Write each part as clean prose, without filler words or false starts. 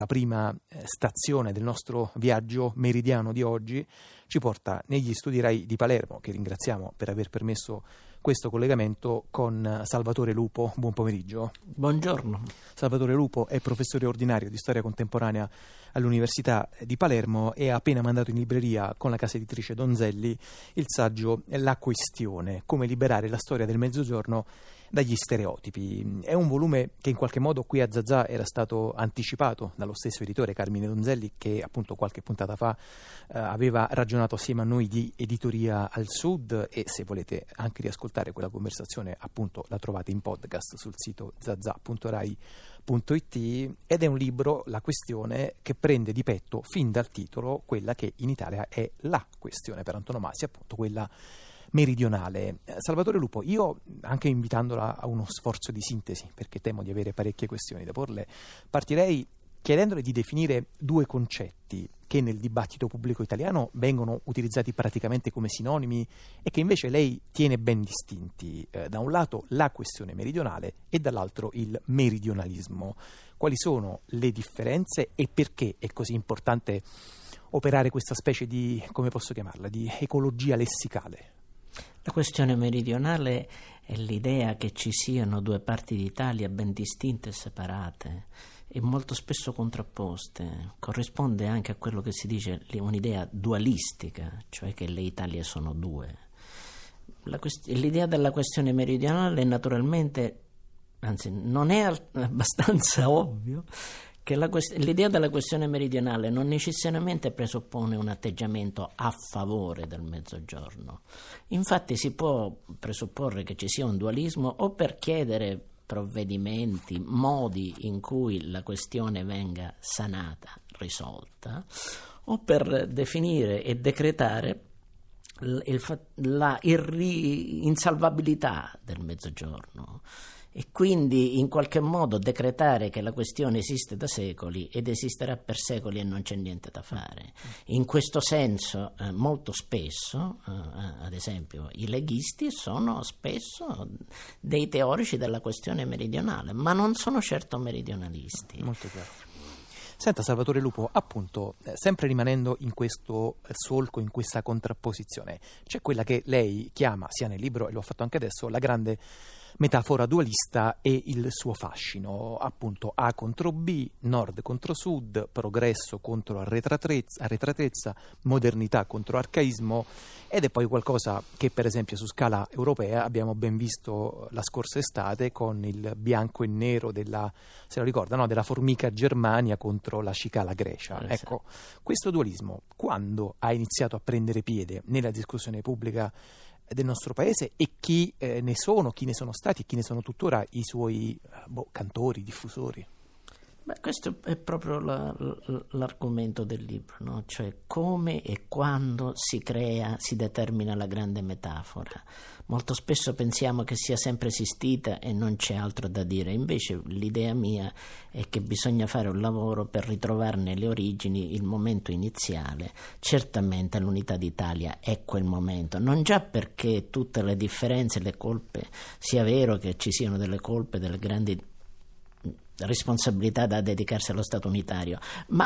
La prima stazione del nostro viaggio meridiano di oggi ci porta negli studi Rai di Palermo, che ringraziamo per aver permesso questo collegamento con Salvatore Lupo. Buon pomeriggio. Buongiorno. Salvatore Lupo è professore ordinario di storia contemporanea all'Università di Palermo e ha appena mandato in libreria con la casa editrice Donzelli il saggio La questione, come liberare la storia del Mezzogiorno dagli stereotipi. È un volume che in qualche modo qui a Zazà era stato anticipato dallo stesso editore Carmine Donzelli, che appunto qualche puntata fa aveva ragionato assieme a noi di Editoria al Sud, e se volete anche riascoltare quella conversazione appunto la trovate in podcast sul sito zazà.rai.it. ed è un libro, La questione, che prende di petto fin dal titolo quella che in Italia è la questione per antonomasia, appunto quella meridionale. Salvatore Lupo, io, anche invitandola a uno sforzo di sintesi, perché temo di avere parecchie questioni da porle, partirei chiedendole di definire due concetti che nel dibattito pubblico italiano vengono utilizzati praticamente come sinonimi e che invece lei tiene ben distinti. Da un lato la questione meridionale e dall'altro il meridionalismo. Quali sono le differenze e perché è così importante operare questa specie di, come posso chiamarla, di ecologia lessicale? La questione meridionale è l'idea che ci siano due parti d'Italia ben distinte e separate e molto spesso contrapposte. Corrisponde anche a quello che si dice un'idea dualistica, cioè che le Italie sono due. L'idea della questione meridionale naturalmente, anzi non è abbastanza ovvio, che l'idea della questione meridionale non necessariamente presuppone un atteggiamento a favore del Mezzogiorno. Infatti si può presupporre che ci sia un dualismo o per chiedere provvedimenti, modi in cui la questione venga sanata, risolta, o per definire e decretare la insalvabilità del Mezzogiorno. E quindi in qualche modo decretare che la questione esiste da secoli ed esisterà per secoli e non c'è niente da fare. In questo senso molto spesso, ad esempio, i leghisti sono spesso dei teorici della questione meridionale, ma non sono certo meridionalisti. Molto chiaro. Senta Salvatore Lupo, appunto, sempre rimanendo in questo solco, in questa contrapposizione, c'è quella che lei chiama, sia nel libro e lo ha fatto anche adesso, la grande metafora dualista e il suo fascino, appunto A contro B, nord contro sud, progresso contro arretratezza, modernità contro arcaismo, ed è poi qualcosa che per esempio su scala europea abbiamo ben visto la scorsa estate con il bianco e nero della, se lo ricorda, no? Della formica Germania contro la cicala Grecia. Ecco, questo dualismo quando ha iniziato a prendere piede nella discussione pubblica del nostro paese e chi ne sono stati e chi ne sono tuttora i suoi cantori, diffusori? Beh, questo è proprio l'argomento del libro, no? Cioè come e quando si determina la grande metafora. Molto spesso pensiamo che sia sempre esistita e non c'è altro da dire, invece l'idea mia è che bisogna fare un lavoro per ritrovarne le origini, il momento iniziale. Certamente l'unità d'Italia è quel momento, non già perché tutte le differenze, le colpe, sia vero che ci siano delle colpe, delle grandi responsabilità da dedicarsi allo Stato unitario, ma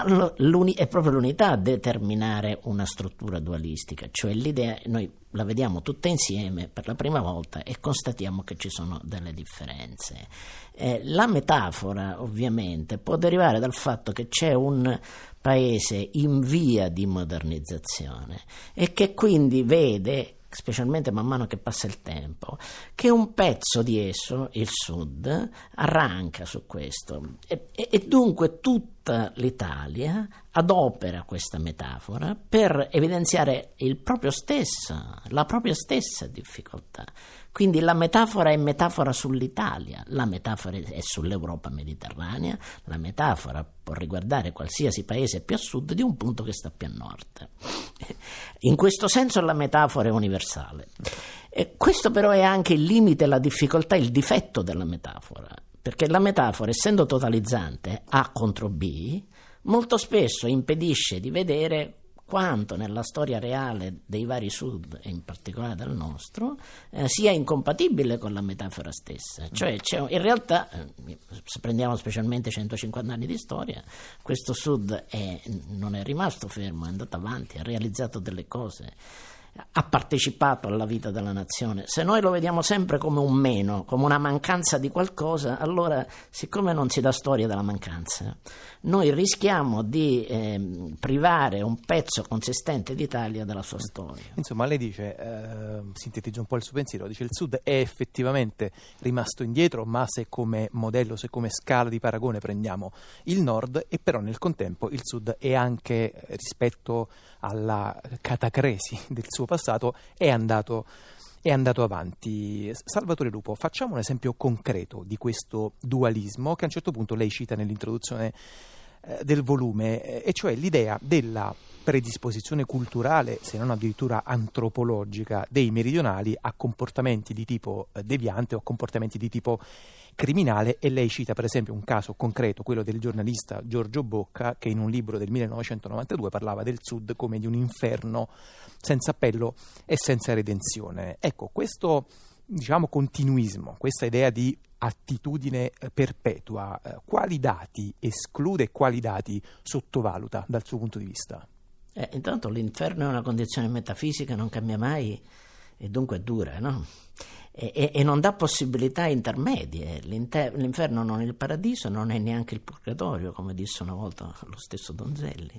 è proprio l'unità a determinare una struttura dualistica, cioè l'idea, noi la vediamo tutta insieme per la prima volta e constatiamo che ci sono delle differenze. La metafora ovviamente può derivare dal fatto che c'è un paese in via di modernizzazione e che quindi vede, specialmente man mano che passa il tempo, che un pezzo di esso, il sud, arranca su questo e dunque tutta l'Italia adopera questa metafora per evidenziare la propria stessa difficoltà. Quindi la metafora è metafora sull'Italia, la metafora è sull'Europa mediterranea, la metafora può riguardare qualsiasi paese più a sud di un punto che sta più a nord. In questo senso la metafora è universale. Questo però è anche il limite, la difficoltà, il difetto della metafora, perché la metafora, essendo totalizzante A contro B, molto spesso impedisce di vedere quanto nella storia reale dei vari sud, e in particolare del nostro, sia incompatibile con la metafora stessa. Cioè in realtà, se prendiamo specialmente 150 anni di storia, questo sud non è rimasto fermo, è andato avanti, ha realizzato delle cose, ha partecipato alla vita della nazione. Se noi lo vediamo sempre come un meno, come una mancanza di qualcosa, allora, siccome non si dà storia della mancanza, noi rischiamo di privare un pezzo consistente d'Italia della sua storia. Insomma, lei dice, sintetizza un po' il suo pensiero, dice il Sud è effettivamente rimasto indietro, ma se come modello, se come scala di paragone prendiamo il Nord, e però nel contempo il Sud è anche, rispetto alla catacresi del suo passato, è andato avanti. Salvatore Lupo, facciamo un esempio concreto di questo dualismo che a un certo punto lei cita nell'introduzione del volume, e cioè l'idea della predisposizione culturale, se non addirittura antropologica, dei meridionali a comportamenti di tipo deviante o comportamenti di tipo criminale. E lei cita per esempio un caso concreto, quello del giornalista Giorgio Bocca, che in un libro del 1992 parlava del Sud come di un inferno senza appello e senza redenzione. Ecco, questo continuismo, questa idea di attitudine perpetua, quali dati esclude e quali dati sottovaluta dal suo punto di vista? Intanto l'inferno è una condizione metafisica, non cambia mai e dunque è dura, no? E non dà possibilità intermedie. L'inferno non è il paradiso, non è neanche il purgatorio, come disse una volta lo stesso Donzelli.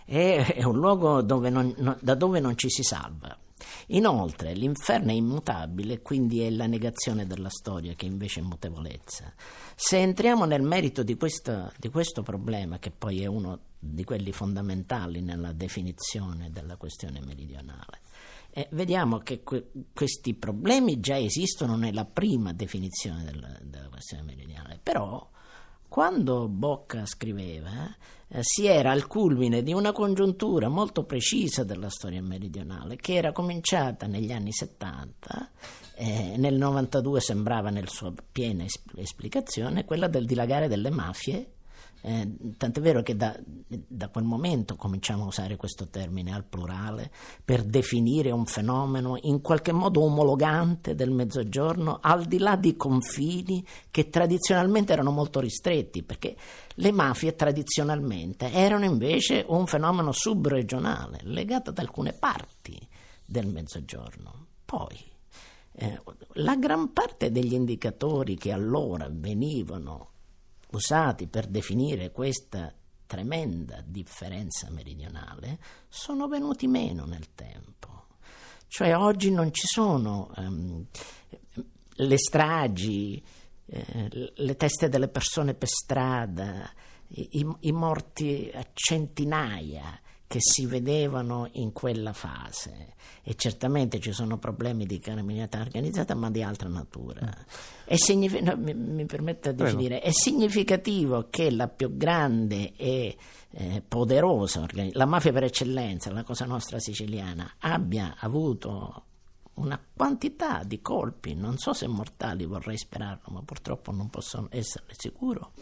È un luogo da dove non ci si salva. Inoltre l'inferno è immutabile, quindi è la negazione della storia, che invece è mutevolezza. Se entriamo nel merito di questo problema, che poi è uno di quelli fondamentali nella definizione della questione meridionale, vediamo che questi problemi già esistono nella prima definizione della questione meridionale. Però quando Bocca scriveva, si era al culmine di una congiuntura molto precisa della storia meridionale, che era cominciata negli anni 70, nel 92 sembrava nel sua piena esplicazione, quella del dilagare delle mafie. Tant'è vero che da quel momento cominciamo a usare questo termine al plurale per definire un fenomeno in qualche modo omologante del Mezzogiorno, al di là di confini che tradizionalmente erano molto ristretti, perché le mafie tradizionalmente erano invece un fenomeno subregionale legato ad alcune parti del Mezzogiorno. Poi la gran parte degli indicatori che allora venivano usati per definire questa tremenda differenza meridionale sono venuti meno nel tempo. Cioè oggi non ci sono le stragi, le teste delle persone per strada, i morti a centinaia che si vedevano in quella fase, e certamente ci sono problemi di criminalità organizzata, ma di altra natura. Mi permetta di finire, è significativo che la più grande e poderosa la mafia per eccellenza, la Cosa Nostra siciliana, abbia avuto una quantità di colpi, non so se mortali, vorrei sperarlo, ma purtroppo non posso esserne sicuro,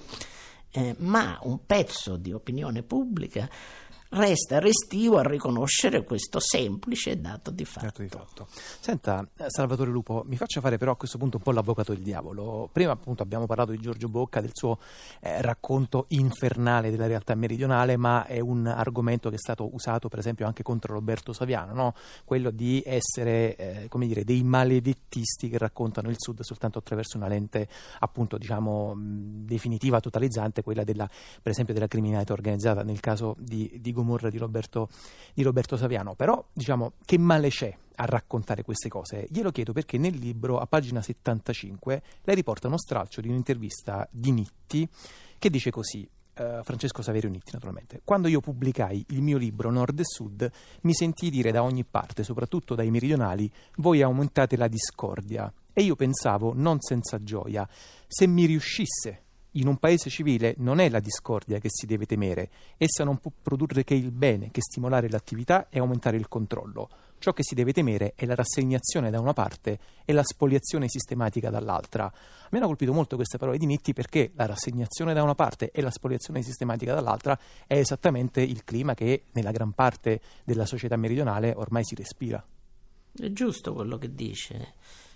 ma un pezzo di opinione pubblica resta restio a riconoscere questo semplice dato di fatto. Senta, Salvatore Lupo, mi faccia fare però a questo punto un po' l'avvocato del diavolo. Prima appunto abbiamo parlato di Giorgio Bocca, del suo racconto infernale della realtà meridionale, ma è un argomento che è stato usato per esempio anche contro Roberto Saviano, no? Quello di essere dei maledettisti che raccontano il Sud soltanto attraverso una lente appunto definitiva, totalizzante, quella per esempio della criminalità organizzata, nel caso di Gomorra di Roberto Saviano. Però che male c'è a raccontare queste cose? Glielo chiedo perché nel libro, a pagina 75, lei riporta uno stralcio di un'intervista di Nitti che dice così, Francesco Saverio Nitti naturalmente: quando io pubblicai il mio libro Nord e Sud mi sentii dire da ogni parte, soprattutto dai meridionali: voi aumentate la discordia. E io pensavo, non senza gioia, se mi riuscisse. In un paese civile non è la discordia che si deve temere, essa non può produrre che il bene, che stimolare l'attività e aumentare il controllo. ciò che si deve temere è la rassegnazione da una parte e la spoliazione sistematica dall'altra. Mi hanno colpito molto queste parole di Nitti, perché la rassegnazione da una parte e la spoliazione sistematica dall'altra è esattamente il clima che nella gran parte della società meridionale ormai si respira. È giusto quello che dice.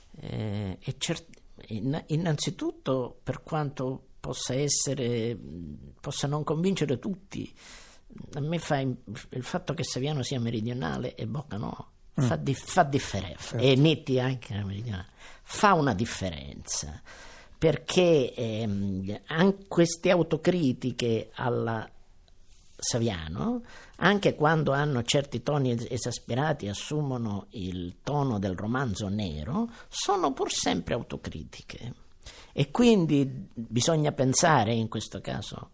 Innanzitutto, per quanto possa non convincere tutti, a me fa il fatto che Saviano sia meridionale e Bocca no, fa differenza, certo. E Nitti anche meridionale, fa una differenza, perché anche queste autocritiche alla Saviano, anche quando hanno certi toni esasperati, assumono il tono del romanzo nero, sono pur sempre autocritiche, e quindi bisogna pensare, in questo caso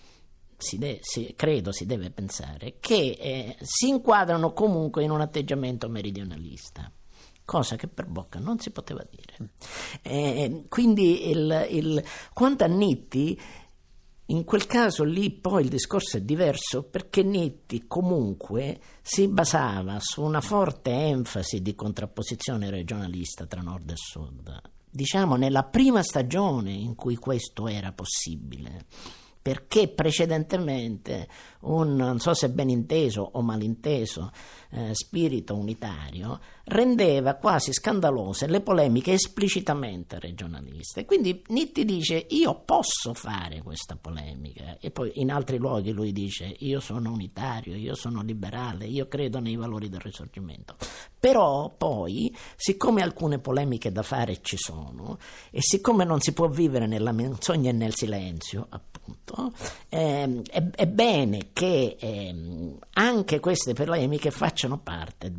credo si deve pensare, che si inquadrano comunque in un atteggiamento meridionalista, cosa che per Bocca non si poteva dire. Quindi quanto a Nitti, in quel caso lì poi il discorso è diverso, perché Nitti comunque si basava su una forte enfasi di contrapposizione regionalista tra nord e sud, diciamo nella prima stagione in cui questo era possibile, perché precedentemente non so se ben inteso o malinteso, spirito unitario rendeva quasi scandalose le polemiche esplicitamente regionaliste. Quindi Nitti dice: io posso fare questa polemica, e poi in altri luoghi lui dice: io sono unitario, io sono liberale, io credo nei valori del Risorgimento. Però poi, siccome alcune polemiche da fare ci sono, e siccome non si può vivere nella menzogna e nel silenzio, appunto, è bene che anche queste polemiche facciano parte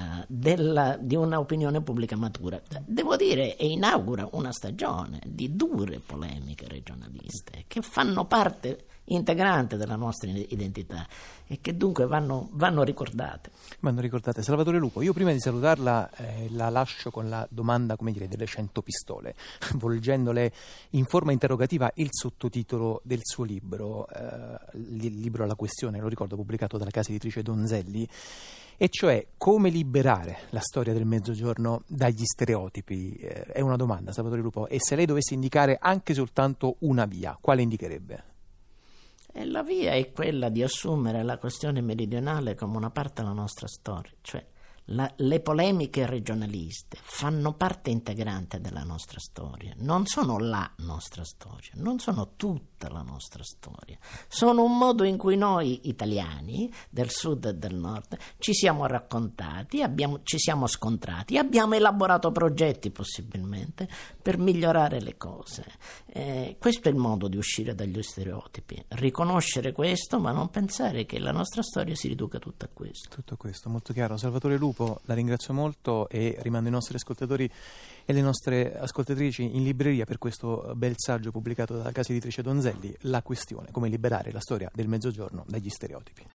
di una opinione pubblica matura. Devo dire, e inaugura una stagione di dure polemiche regionaliste che fanno parte integrante della nostra identità e che dunque vanno ricordate. Vanno ricordate. Salvatore Lupo, io prima di salutarla la lascio con la domanda, come dire, delle 100 pistole, volgendole in forma interrogativa il sottotitolo del suo libro, il libro La questione, lo ricordo, pubblicato dalla casa editrice Donzelli, e cioè: come liberare la storia del Mezzogiorno dagli stereotipi? È una domanda, Salvatore Lupo, e se lei dovesse indicare anche soltanto una via, quale indicherebbe? La via è quella di assumere la questione meridionale come una parte della nostra storia, cioè le polemiche regionaliste fanno parte integrante della nostra storia, non sono la nostra storia, non sono tutta la nostra storia, sono un modo in cui noi italiani del sud e del nord ci siamo raccontati, ci siamo scontrati, abbiamo elaborato progetti possibilmente per migliorare le cose. Questo è il modo di uscire dagli stereotipi, riconoscere questo, ma non pensare che la nostra storia si riduca tutta a questo. Tutto questo, molto chiaro. Salvatore Lupo, la ringrazio molto e rimando i nostri ascoltatori e le nostre ascoltatrici in libreria per questo bel saggio pubblicato dalla casa editrice Donzelli, La questione, come liberare la storia del Mezzogiorno dagli stereotipi.